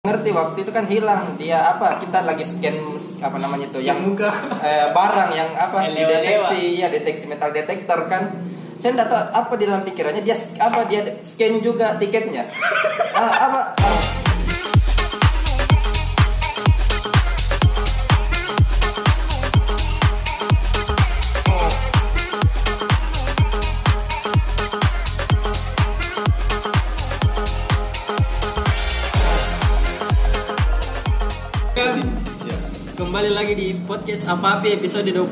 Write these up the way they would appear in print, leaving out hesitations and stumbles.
ngerti waktu itu kan hilang dia apa kita lagi scan apa namanya itu yang muka barang yang apa Lewa-lewa. deteksi metal detektor kan. Saya enggak tahu apa di dalam pikirannya dia apa dia scan juga tiketnya. Kembali lagi di podcast apa episode 20.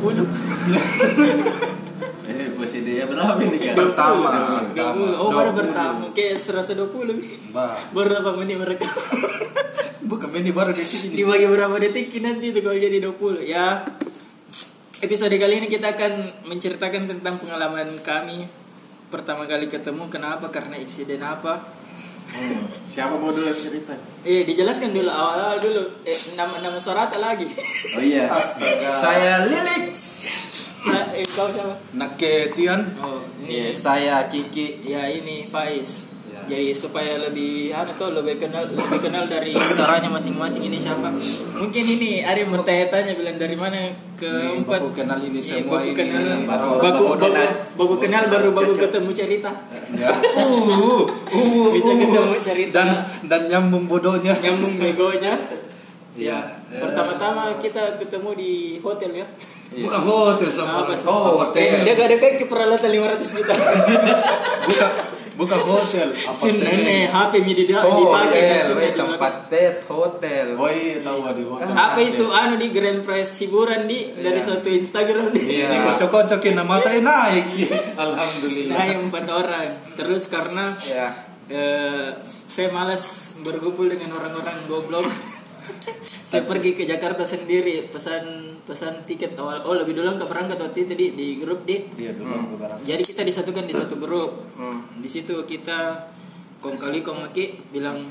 Episode ya berapa ini kan? Pertama. 20. Oh, baru bertamu. Kayak serasa 20. Baru berapa menit mereka? Bukan ini baru di sini. Dibagi berapa detik nanti itu kalau jadi 20. Ya. Episode kali ini kita akan menceritakan tentang pengalaman kami pertama kali ketemu. Kenapa? Karena insiden apa? Siapa mau dulu cerita? Dijelaskan dulu awal dulu. Nama Sorata lagi. Oh iya. Saya Lilix. Kau siapa? Naketian. Oh, Iya, saya Kiki. Ya ini Faiz. Jadi supaya lebih lebih kenal dari suaranya masing-masing ini siapa. Mungkin ini ada yang bertanya-tanya bilang dari mana keempat. Baku kenal ini semua baku ini. kenal. Baku kenal baru ketemu cerita. Ya. Bisa ketemu cerita. Dan nyambung bodohnya. Nyambung begonya. Iya. Pertama-tama kita ketemu di hotel ya. Bukan hotel sama. Hotel. Dia gak ada kayak peralatan 500 juta. Bukan hotel. Ini HP dipakai Hotel, tempat tes hotel. Oh iya tahu di hotel. Apa itu di Grand Prize hiburan dari suatu Instagram Iya. Dikocok-kocokin nama mata naik. Alhamdulillah. Naik 4 orang. Terus karena saya malas berkumpul dengan orang-orang goblok. Saya pergi ke Jakarta sendiri, pesan tiket awal. Oh, lebih dulu enggak berangkat waktu itu di grup D. Iya, dulu berangkat. Jadi kita disatukan di satu grup. Di situ kita kong kali kong maki bilang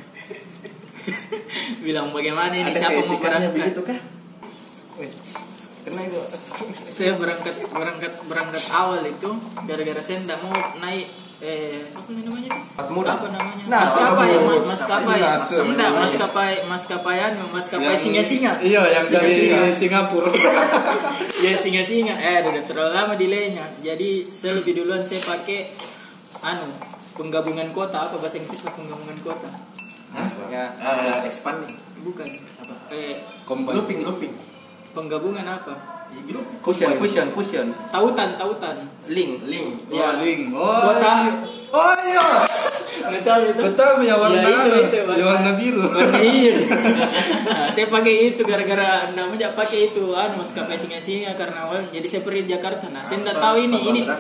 bagaimana ini Ada siapa mau keetikannya berangkat? begitu kah? Karena itu Saya berangkat awal itu gara-gara saya enggak mau naik apa namanya itu? murah. Apa namanya? Maskapai. Maskapai singa-singa. Iya, yang dari Singapura. Ya singa-singa. Udah terlalu lama delaynya. Jadi saya lebih duluan saya pakai penggabungan kota. Apa bahasa Inggris penggabungan kota? Expanding. Bukan. Apa? Looping. Penggabungan apa? Fusion. Tautan. Link. Ya. Link. Kota. Oh iya. Betul itu. Betul yang warna itu, warna biru. Warna biru. Nah, saya pakai itu gara-gara namanya pakai itu maskapai singa-singa karena awal. Jadi saya pergi di Jakarta. Nah, saya enggak tahu ini.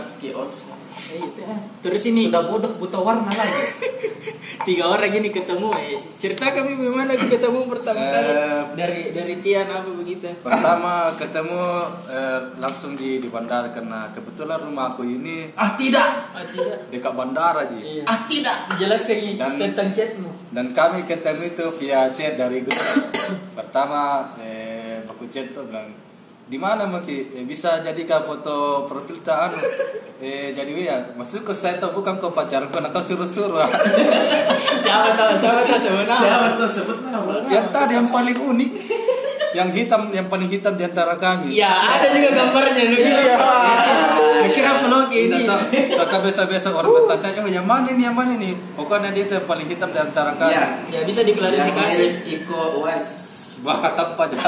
Terus ini Sudah bodoh buta warna lagi. 3 orang ini ketemu. Cerita kami bagaimana ketemu pertama kali dari Tian apa begitu. Pertama ketemu langsung di bandara karena kebetulan rumah aku ini Tidak. dekat bandara aja. Iya. Tidak. Jelaskan tentang chatmu. Dan kami ketemu itu via chat dari grup. Pertama aku chat tuh bilang di mana Maki bisa jadikan foto profil tak jadi ya masuk ke saya tahu bukan kau pacarku nak kau suruh-suruh. Siapa tahu sebenarnya. Sebut nama. Yang tadi yang paling unik yang paling hitam di antara kami. Ya, ada juga gambarnya. Kira vlog ini. Saka biasa-biasa orang bertanya, yang mana nih? Pokoknya dia itu yang paling hitam di antara kami. Ya bisa diklarifikasi. Iko Wes. Bah, tanpa aja.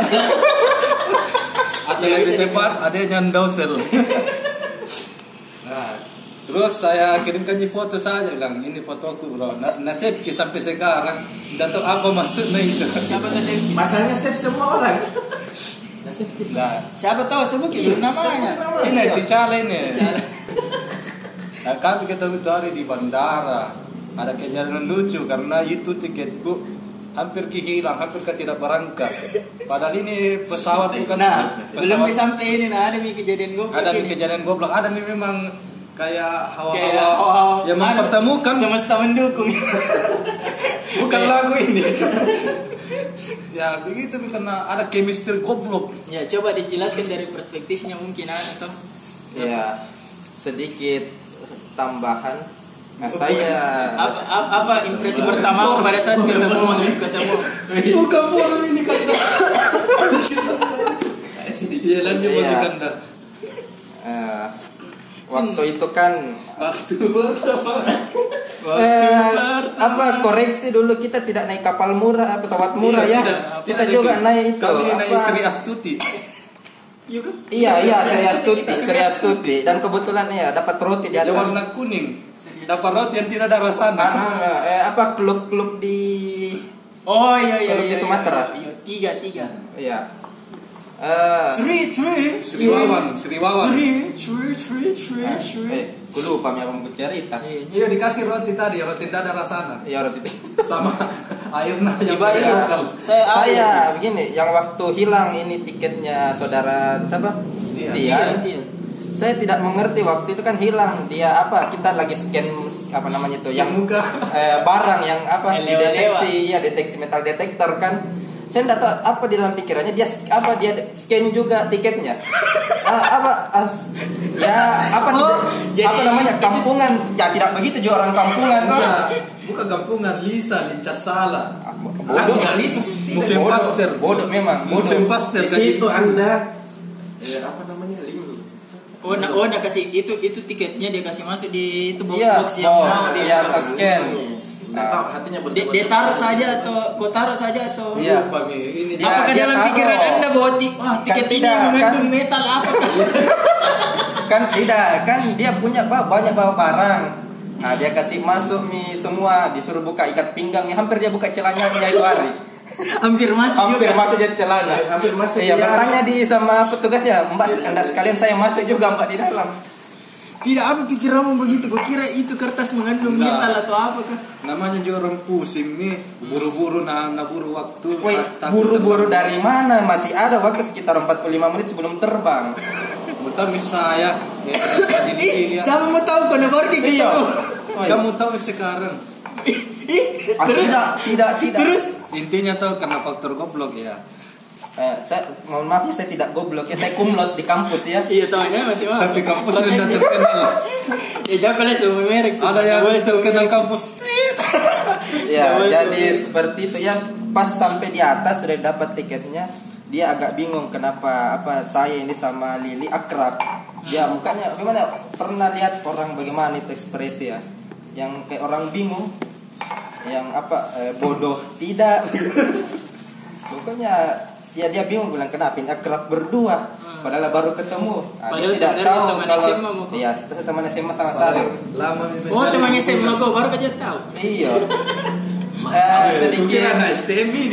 Atau yang di tempat ada yang dosel. Nah, terus saya kirimkan foto saja bilang ini fotoku bro. Nasib sampai sekarang tidak tahu apa maksudnya itu. Siapa tahu save? Masalahnya save semua orang. Nasib kita. Nah, Siapa tahu sebut namanya. ini Ticala ini. Nah, kami ketemu itu hari di bandara. Ada kejadian lucu karena itu tiketku hampir kehilang, hampir tidak berangkat. Padahal ini pesawat bukan. Nah, belum sampai ini ada kejadian goblok. Ada kejadian goblok. Ada memang kayak Kayak hawa-hawa yang mempertemukan. Semesta mendukung. Bukan lagu ini. Ya begitu karena ada chemistry goblok. Ya coba dijelaskan dari perspektifnya mungkin atau. Ya sedikit tambahan Nah, saya Apa impresi pertama pada saat ketemu? Bukan forum ini kan. Jalan juga Iya. kan dah. Waktu itu kan Waktu pertama. koreksi dulu, kita tidak naik kapal murah, pesawat murah ya. Kita juga naik itu. Kami naik Sri Astuti. Iya kan? Iya, Sri Astuti. Dan kebetulan ya dapat roti di Ada atas. warna kuning. Dapat roti yang tidak ada rasanya. Klub-klub di Oh iya. Kalau di Sumatera. Iya, tiga. iya. Three. Wawan. Aku lupa yang mau cerita. Iya dikasih roti tadi, roti tidak ada rasanya. Iya, roti. Sama airnya yang Iya. lokal. Saya begini, yang waktu hilang ini tiketnya saudara siapa? Dia. Dia. Saya tidak mengerti waktu itu kan hilang dia kita lagi scan itu yang muka. Barang yang Lewa-lewa. deteksi metal detektor kan. Saya tidak tahu apa di dalam pikirannya dia scan juga tiketnya. Kampungan. Ya tidak begitu juga orang kampungan. Bukan kampungan, Lisa lincah salah. Bodoh. Moving faster. Bodoh memang. Moving faster. Di situ Anda link. Oh, nak kasih itu tiketnya dia kasih masuk di itu box yang box. mau dia. Iya, scan. Nggak tahu hatinya Dia taruh saja atau kau taruh saja atau Iya. Lupa ini Dia- apakah dalam taruh. pikiran Anda bahwa tiket ini tidak, mengandung metal apa? Kan tidak, kan dia punya banyak bawa barang. Nah, dia kasih masuk semua, disuruh buka ikat pinggangnya, hampir dia buka celananya itu hari. Hampir masuk Hampir juga. masuk jadi celana. Hampir masuk, Iya, iya. bertanya sama petugasnya, "Mbak, Anda sekalian saya masuk juga Mbak di dalam." Tidak, apa pikiranmu begitu? Kau kira itu kertas mengandung Enggak. metal atau apa kan? Namanya juga orang pusing nih, buru-buru buru waktu. Woi, takut buru-buru terbang. dari mana? Masih ada waktu sekitar 45 menit sebelum terbang. Betul misalnya ini ya. Sama mau tahu kau baru kita Iya. tahu. Kamu tahu sekarang. Tidak. Terus Intinya tuh karena faktor goblok ya. Saya mohon maaf ya, saya tidak goblok ya, saya kumlot di kampus ya. iya tahunya masih mau. Tapi kampus sudah terkenal. Ya jangan lah semua merek. Ada yang terkenal kampus. Ya, Boleh, jadi boleh. seperti itu ya. Pas sampai di atas sudah dapat tiketnya, dia agak bingung kenapa saya ini sama Lili akrab. Ya mukanya gimana? Pernah lihat orang bagaimana itu ekspresi ya? Yang kayak orang bingung, yang bodoh tidak. Pokoknya ya dia bingung bilang kenapa ini akrab berdua. Padahal baru ketemu. Padahal Dia tidak sebenarnya tahu teman kalau SMA mu. iya, teman SMA sama Sari. Lama Oh, temannya SMA kau baru aja tahu. Iya. sedikit Sedikit. anak STM ini.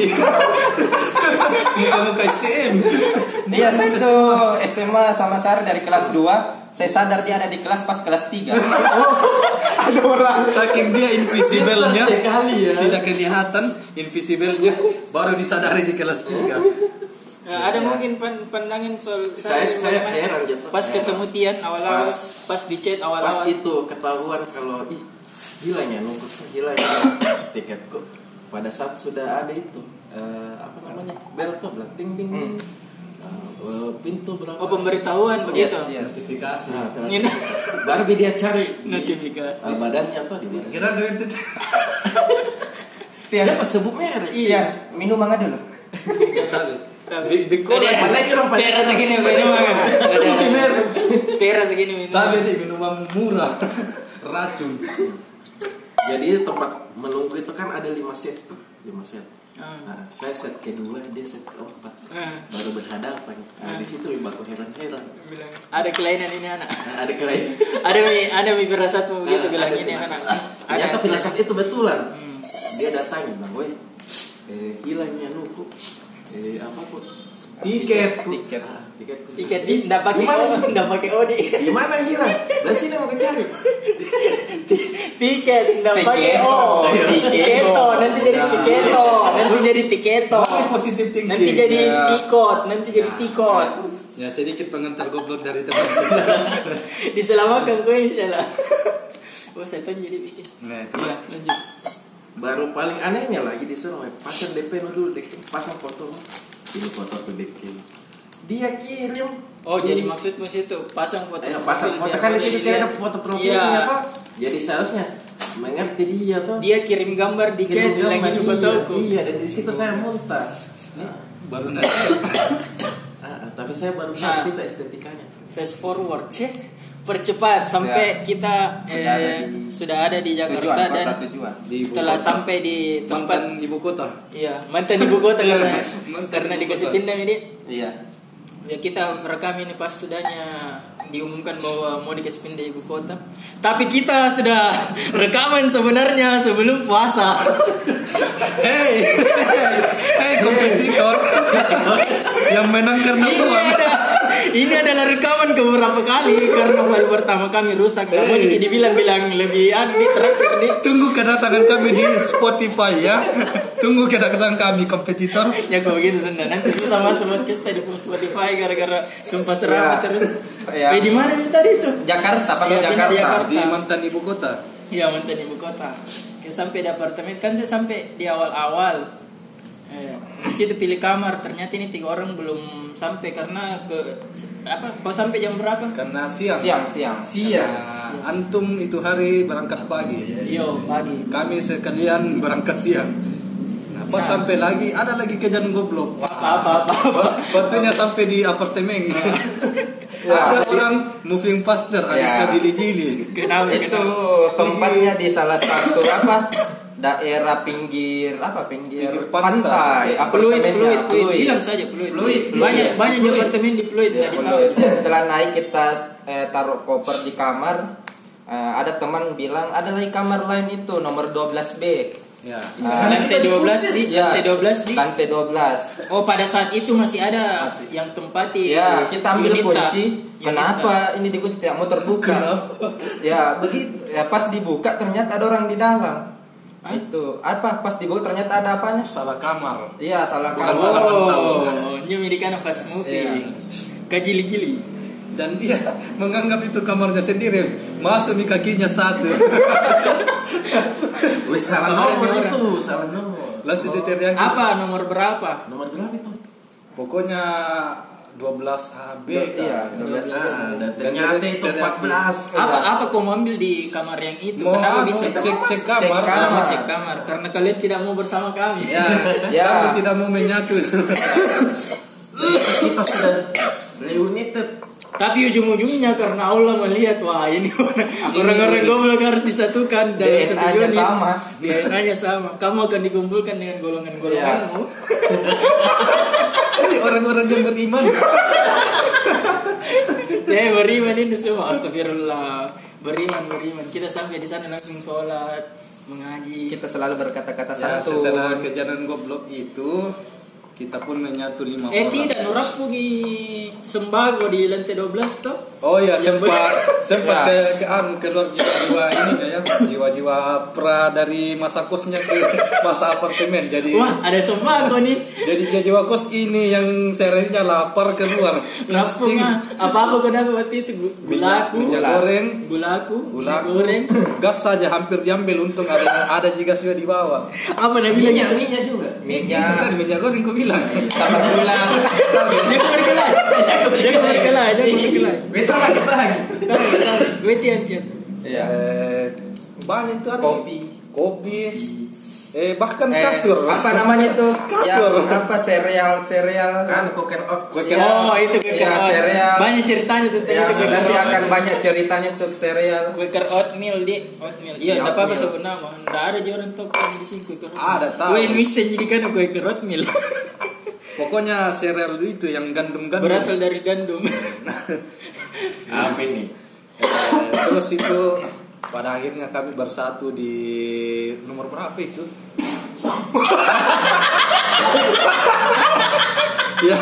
Muka STM. Dia saya itu SMA sama Sari dari kelas 2. Saya sadar dia ada di kelas pas kelas 3. Ada orang. Saking dia invisible-nya, Pintar sekali ya. tidak kelihatan invisible-nya, baru disadari di kelas 3. Ada mungkin pandangan soal Saya bagaimana? heran gitu. Pas ketemu Tian awal-awal, pas di chat Pas awal-awal. itu ketahuan kalau hilangnya tiketku. Pada saat sudah ada itu bel tuh bilang ting ting ting. Pintu berapa? Oh, pemberitahuan begitu. Yes. Notifikasi. Nah, Ini baru dia cari notifikasi. badannya apa di mana? Kira kira itu. Tian. Dia pas sebut merek. Iya, minum mangga dulu. Di kolam. Mana kira Tera segini minum kan? Tera segini minum. Tapi di minuman murah, racun. Jadi tempat menunggu itu kan ada 5 set tuh, 5 set. Ah. Nah, saya set kedua, dia set keempat. Baru berhadapan. Nah, di situ ibu aku heran-heran. Bilang, ada kelainan ini anak. Nah, ada kelain. ada firasatmu begitu bilang ada ini firasat. anak. Ternyata firasat itu betulan. Dia datang bilang, "Woi, hilangnya nuku. Apa kok? Tiket. Tiketku. Tiket di enggak pakai Gimana? enggak pakai Odi. Gimana hilang? Lah sini mau ke cari. Tiket enggak pakai Tiketo. O. Tiketo, nanti jadi tiketo, nanti jadi tiketo. Positif thinking. Nanti jadi Ya. tikot, nanti jadi tikot. Ya sedikit pengantar goblok dari teman. Diselamatkan gue insyaallah. Oh, setan jadi bikin. Nah, Iya, terus lanjut. Baru paling anehnya lagi disuruh pasang DP dulu, pasang foto. Ini foto aku bikin. Dia kirim. Oh, jadi maksudmu situ pasang foto. Pasang foto kan di sini kayak ada foto profilnya Iya. apa? Jadi seharusnya mengerti dia tuh. Dia kirim gambar di chat bilang ini fotoku. Iya, dan di situ saya muntah. Baru nanti. Tapi saya baru di situ estetikanya. Fast forward, percepat sampai kita sudah ada di Jakarta dan setelah sampai di tempat ibu kota. Iya, mantan ibu kota karena dikasih pindah ini. Iya. Ya kita merekam ini pas sudahnya diumumkan bahwa mau dikasih pindah ibu kota. Tapi kita sudah rekaman sebenarnya sebelum puasa. Hei kompetitor yang menang karena uang. Ini adalah rekaman beberapa kali karena file pertama kami rusak. Kamu jadi dibilang-bilang lebih terakhir nih. Tunggu kedatangan kami di Spotify ya. Tunggu kedatangan kami kompetitor. Ya kok begitu Senda. Nanti susah masuk podcast di Spotify gara-gara sumpah seram terus. Ya. Di mana tadi itu? Jakarta, Jakarta. Di mantan ibu kota. Iya, mantan ibu kota. Sampai di apartemen kan saya sampai di awal-awal. Di situ pilih kamar, ternyata ini 3 orang belum sampai karena kau sampai jam berapa? Karena siang. Antum itu hari berangkat pagi. Yo, pagi. Kami sekalian berangkat siang. Pas sampai lagi ada lagi kejadian goblok. Apa. Waktunya sampai di apartemen. Ada orang moving faster, ada jili-jili. Kenapa? Itu tempatnya di salah satu daerah pinggir pantai. Pluit. Bilang saja Pluit. Banyak di apartemen di Pluit tadi tahu. Setelah naik kita taruh koper di kamar. Ada teman bilang ada lagi kamar lain itu nomor 12B. Ya. Lantai 12 di lantai 12. Oh, pada saat itu masih ada yang tempati. Ya, kita ambil Yunita. kunci. Kenapa ini dikunci tidak mau terbuka? Ya, begitu. Ya, pas dibuka ternyata ada orang di dalam. Itu pas dibuka ternyata ada apanya? Salah kamar. Iya, salah Bukan kamar. salah pantau. Nyumirikan fast moving. Kajili-jili. Dan dia menganggap itu kamarnya sendiri. Masuk di kakinya satu. Wes salah nomor itu, salah nomor. Langsung diteriaki. Apa nomor berapa? Nomor berapa itu? Pokoknya 12AB. Iya, 12. Dan ternyata itu 14. Apa kau mau ambil di kamar yang itu? Mau Kenapa bisa cek kamar? Mau cek kamar karena kalian tidak mau bersama kami. Ya. Kami tidak mau menyatu. Kita sudah united. Tapi ujung-ujungnya karena Allah melihat wah ini orang-orang goblok harus disatukan dalam satu unit. DNA-nya sama. Kamu akan dikumpulkan dengan golongan-golonganmu. Ini orang-orang yang beriman. Ya beriman ini semua. Astagfirullah. Beriman. Kita sampai di sana langsung sholat, mengaji. Kita selalu berkata-kata Ya, satu. setelah kejadian goblok itu kita pun menyatu 5 orang. Tidak nurak pergi sembako di lantai 12 toh. Oh ya, sempat keluar jiwa-jiwa ini ya, jiwa-jiwa pra dari masa kosnya ke masa apartemen. Jadi wah, ada sembako nih. Jadi jiwa kos ini yang serinya lapar keluar. Lapung apa-apa kau dapat waktu itu Minyak goreng, gulaku, goreng. Gas saja hampir diambil, untung ada juga sudah di bawah. Apa dia bilang? Minyak juga. Minyak goreng kau bilang. Sama gula. Jangan berkelah. Betul lagi. Wait ya. Iya. Banyak itu ada. Kopi. Bahkan kasur. Apa namanya tuh? Kasur. Serial Kan Quaker Oats. Oh, itu Quaker Oats. Serial. Banyak ceritanya tentang itu. Nanti akan banyak ceritanya tuh serial. Quaker Oatmeal Oatmeal. Iya, enggak apa-apa sebut nama. Enggak ada orang tahu di sini Quaker Oatmeal. Ada tahu. Wen bisa jadikan Quaker Oatmeal. Pokoknya serial itu yang gandum-gandum. Berasal dari gandum. Apa ini? Terus itu pada akhirnya kami bersatu di nomor berapa itu? Ya.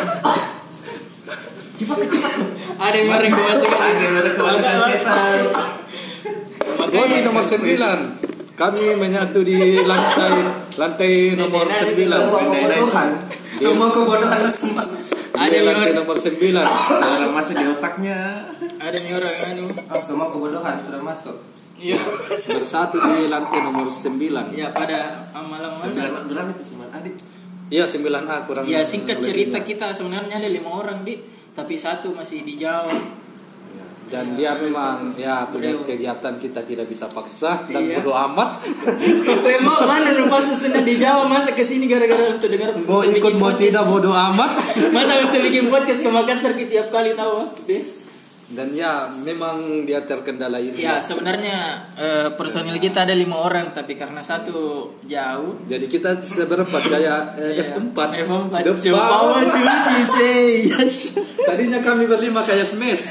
Ada yang mereng kemasukan. Setan. Makanya nomor 9. Kami menyatu di lantai nomor 9. Semua kebodohan semua. Ada lantai nomor 9. Orang masuk di otaknya. Ada nih orang Semua kebodohan sudah masuk. Iya. Bersatu di lantai nomor 9. Ya pada malam mana? Berapa itu Siman Adit? Iya 9A kurang. Ya singkat cerita kita sebenarnya ada 5 orang tapi satu masih di Jawa. Dan dia memang ya punya kegiatan kita tidak bisa paksa dan Iya. bodo amat. Mau mana lupa susunan di Jawa masa kesini gara-gara untuk dengar Mau untuk ikut bikin mau podcast. tidak bodo amat. Masa untuk bikin podcast ke Makassar tiap kali tahu deh. Dan ya memang dia terkendala ini. Ya sebenarnya personil kita ada 5 orang tapi karena satu jauh. Jadi kita seberapa kayak F4. F4 Depan. Coba cuci. Tadinya kami berlima kayak Smash.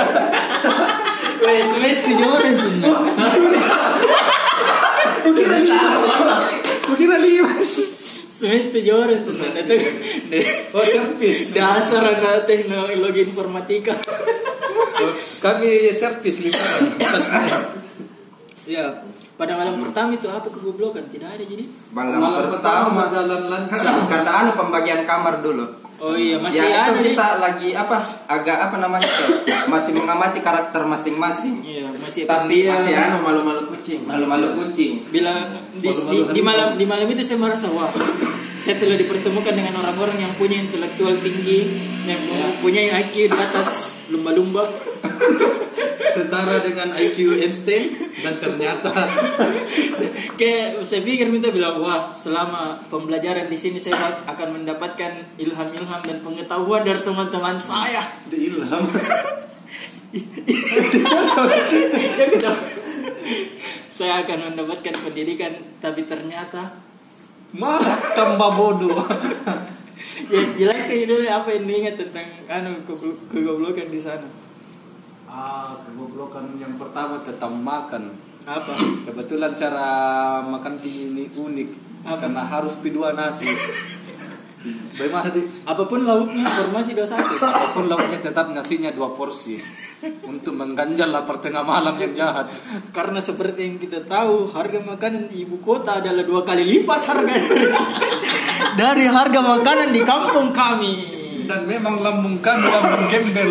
Wes 7 orang sudah. Kukira 5. Smash 7 orang sudah. Oh servis. Dasar anak teknologi informatika. Kami servis 5 orang. Ya, pada malam pertama itu apa kegoblokan? Tidak ada jadi. Malam pertama jalan lancar. karena pembagian kamar dulu. Oh iya, masih Ya ada. itu kita jadi. lagi agak namanya tuh, masih mengamati karakter masing-masing. Iya, masih Tapi Masih malu-malu kucing. malu-malu kucing. bilang di malam itu saya merasa wah, saya telah dipertemukan dengan orang-orang yang punya intelektual tinggi, yang punya IQ di atas lumba-lumba. Setara dengan IQ Einstein dan ternyata Kayak saya pikir minta bilang wah, selama pembelajaran di sini saya akan mendapatkan ilham-ilham dan pengetahuan dari teman-teman saya. diilham. Saya akan mendapatkan pendidikan, tapi ternyata Malah tambah bodoh. ya jelaskan dulu apa yang diingat tentang kegoblokan di sana. Kegoblokan yang pertama tentang makan. Apa? Kebetulan cara makan ini unik. Apa? Karena harus P2 nasi. Bagaimana di? Apapun lauknya formasi 21. Apapun lauknya tetap nasinya 2 porsi. Untuk mengganjal lapar tengah malam yang jahat. Karena seperti yang kita tahu, harga makanan di ibu kota adalah 2 kali lipat harga dari harga makanan di kampung kami. Dan memang lambung kami lambung gembel.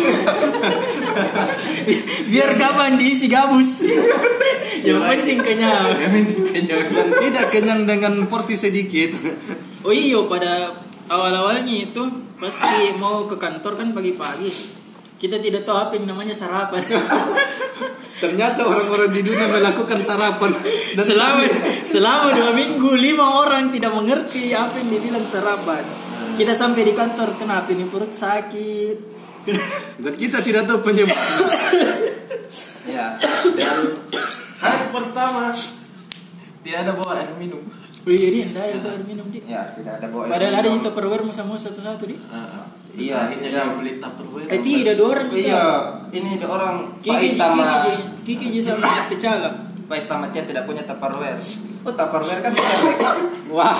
Biar kapan diisi gabus. Yang penting kenyang. Dan tidak kenyang dengan porsi sedikit. Oh iya, pada awal-awalnya itu pasti mau ke kantor kan pagi-pagi. Kita tidak tahu apa yang namanya sarapan. Ternyata orang-orang di dunia melakukan sarapan. Dan Selama 2 minggu 5 orang tidak mengerti apa yang dibilang sarapan. Kita sampai di kantor, kenapa ini perut sakit? Dan kita tidak tahu penyebabnya. Ya. Dan hari pertama tidak ada bawa air minum. Wih, ini ada air minum di. Ya, tidak ada bawa. Padahal ada yang Tupperware semua satu-satu di. Iya, Akhirnya iya. yang beli Tupperware. Tidak 2 orang kita. Iya, ini ada orang Faiz Kiki sama Pecaga. Faiz sama Tian tidak punya Tupperware. Oh, Tupperware kan cewek. Wah.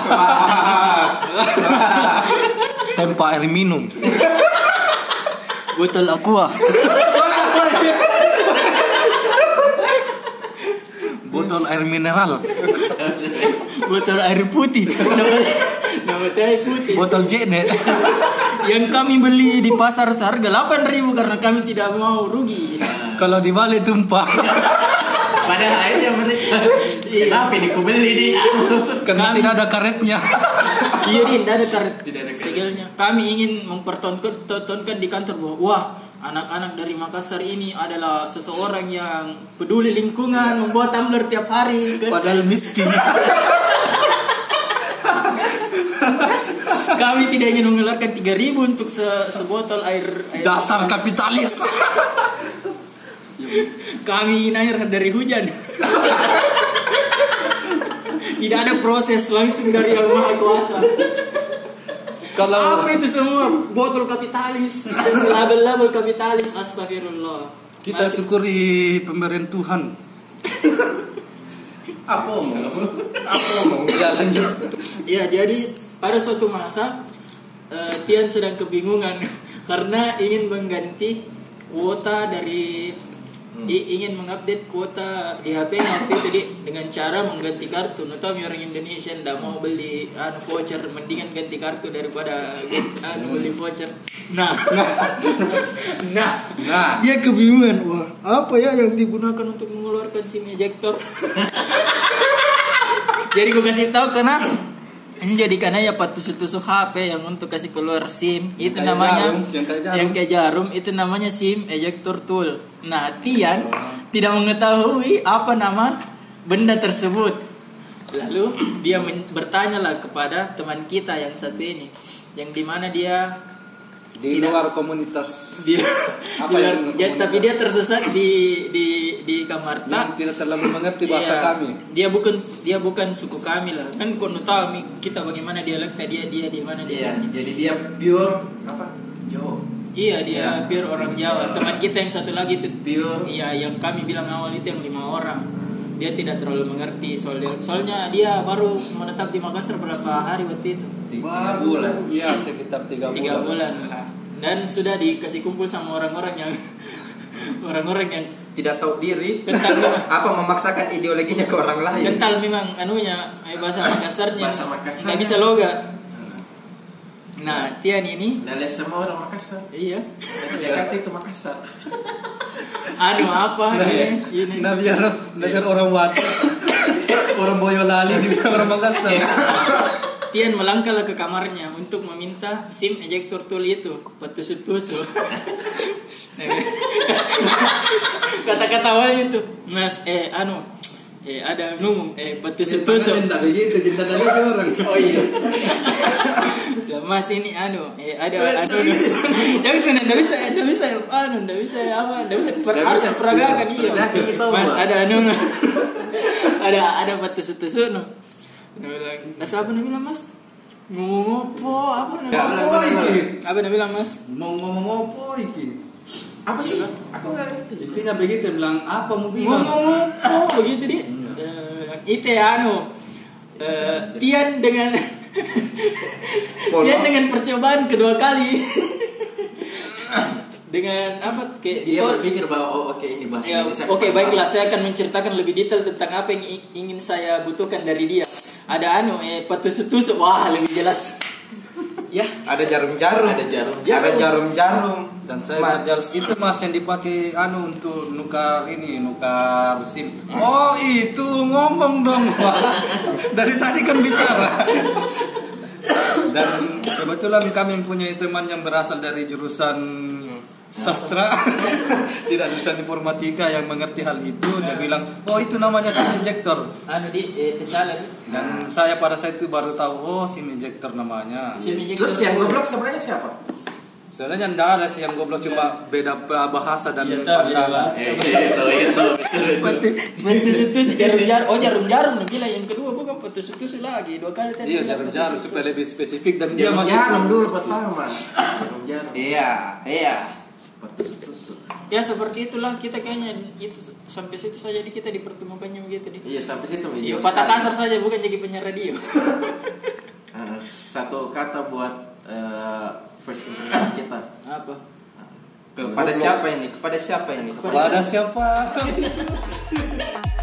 Tempa air minum. Botol aqua. Botol air mineral. Botol air putih. Nama teh putih. Botol Jenet. Yang kami beli di pasar seharga 8.000 karena kami tidak mau rugi. Kalau di Bali tumpah. Padahal akhirnya mereka kenapa ini ku beli di Karena tidak ada karetnya. Iya, tidak ada karet. Tidak ada karet. Segelnya. Kami ingin mempertontonkan di kantor bahwa wah, anak-anak dari Makassar ini adalah seseorang yang peduli lingkungan, membuat tumbler tiap hari. Padahal miskin. Kami tidak ingin mengeluarkan 3.000 untuk sebotol air. Dasar kapitalis. Kami ingin air dari hujan. Tidak ada proses, langsung dari Yang Maha Kuasa. Kalau Apa itu semua? Botol kapitalis. Label-label kapitalis. Astagfirullah. kita syukuri pemberian Tuhan. Apa omong? Ya, lanjut. Ya, jadi pada suatu masa Tian sedang kebingungan karena ingin mengganti kuota dari ingin mengupdate kuota di HP waktu itu dengan cara mengganti kartu. Atau orang Indonesia tidak mau beli voucher, mendingan ganti kartu daripada beli voucher. Nah, dia kebingungan. Wah, apa ya yang digunakan untuk mengeluarkan SIM ejector? Jadi gue kasih tahu karena Ini jadikan aja tusuk-tusuk HP yang untuk kasih keluar SIM. Itu Kayak namanya jarum, yang kayak jarum itu namanya SIM ejector tool. Nah, Tian tidak mengetahui apa nama benda tersebut. Lalu dia bertanyalah kepada teman kita yang satu ini, yang dimana dia di luar komunitas di apa luar, yang komunitas? tapi dia tersesat di Kamarta. Yang tidak terlalu mengerti bahasa Iya. kami. Dia bukan suku kami lah. Kan kau tahu kita bagaimana dialeknya dia di mana dia. Iya, jadi dia pure apa? Jawa. Iya, dia Iya. pure orang Jawa. Teman kita yang satu lagi itu Pure. iya, yang kami bilang awal itu yang 5 orang. Dia tidak terlalu mengerti soalnya dia baru menetap di Makassar berapa hari waktu itu? 3 bulan. Iya, sekitar 3 3 bulan. bulan lah. Dan sudah dikasih kumpul sama orang-orang yang orang-orang yang Tidak tahu diri. kental memang, Apa memaksakan ideologinya ke orang lain. kental memang anunya bahasa Makassarnya. Bahasa Makassarnya. Nggak bisa logat. Nah, Tian ini Dan lihat semua orang Makassar. iya. Jakarta itu Makassar. Apa ini? Nah biar orang Wates orang Boyolali dibilang orang Makassar. Tian melangkahlah ke kamarnya untuk meminta SIM ejector tool itu, petusuk-tusuk. Kata-kata awalnya tuh, Mas, ada petusuk-tusuk. Cinta begitu, cinta dari orang. Oh iya. Ya, Mas ini ada Enggak bisa harus peragakan iya. Mas ada ada petusuk-tusuk no. Apa namanya Mas? Ngopo apa namanya? Apa namanya Mas? Mau ngomong apa iki? Apa sih? Aku nggak ngerti. Intinya begitu bilang apa mau bilang. Ngopo begitu dia. Itu Tian dengan Tian dengan percobaan kedua kali. Dengan apa kayak Dia berpikir bahwa oke ini bahasa ya, Indonesia. oke, baiklah, saya akan menceritakan lebih detail tentang apa yang ingin saya butuhkan dari dia. Ada petusuk-tusuk, wah lebih jelas. Ya, Ada jarum-jarum. Ada jarum-jarum. Dan saya Mas, itu Mas yang dipakai untuk nukar SIM. Oh, itu ngomong dong. Dari tadi kan bicara. Dan kebetulan kami mempunyai teman yang berasal dari jurusan sastra, tidak jurusan informatika yang mengerti hal itu. Dia bilang, oh itu namanya SIM injector. Dan saya pada saat itu baru tahu, oh SIM injector namanya. Terus yang goblok sebenarnya siapa? Sebenarnya tidak ada sih yang goblok, cuma beda bahasa dan Iya, pandangan. Itu. petusuk-tusuk jarum-jarum gila, yang kedua bukan petusuk-tusuk lagi, 2 kali tadi. Iya, jarum-jarum supaya lebih spesifik dan dia Jarum dulu pertama. Jarum. Iya. Petusuk-tusuk. Ya seperti itulah kita kayaknya itu sampai situ saja kita dipertemukannya begitu nih. Iya sampai situ. Iya, patah kasar saja bukan jadi penyiar radio. Satu kata buat first impression kita. Apa? Kepada siapa ini? Kepada siapa?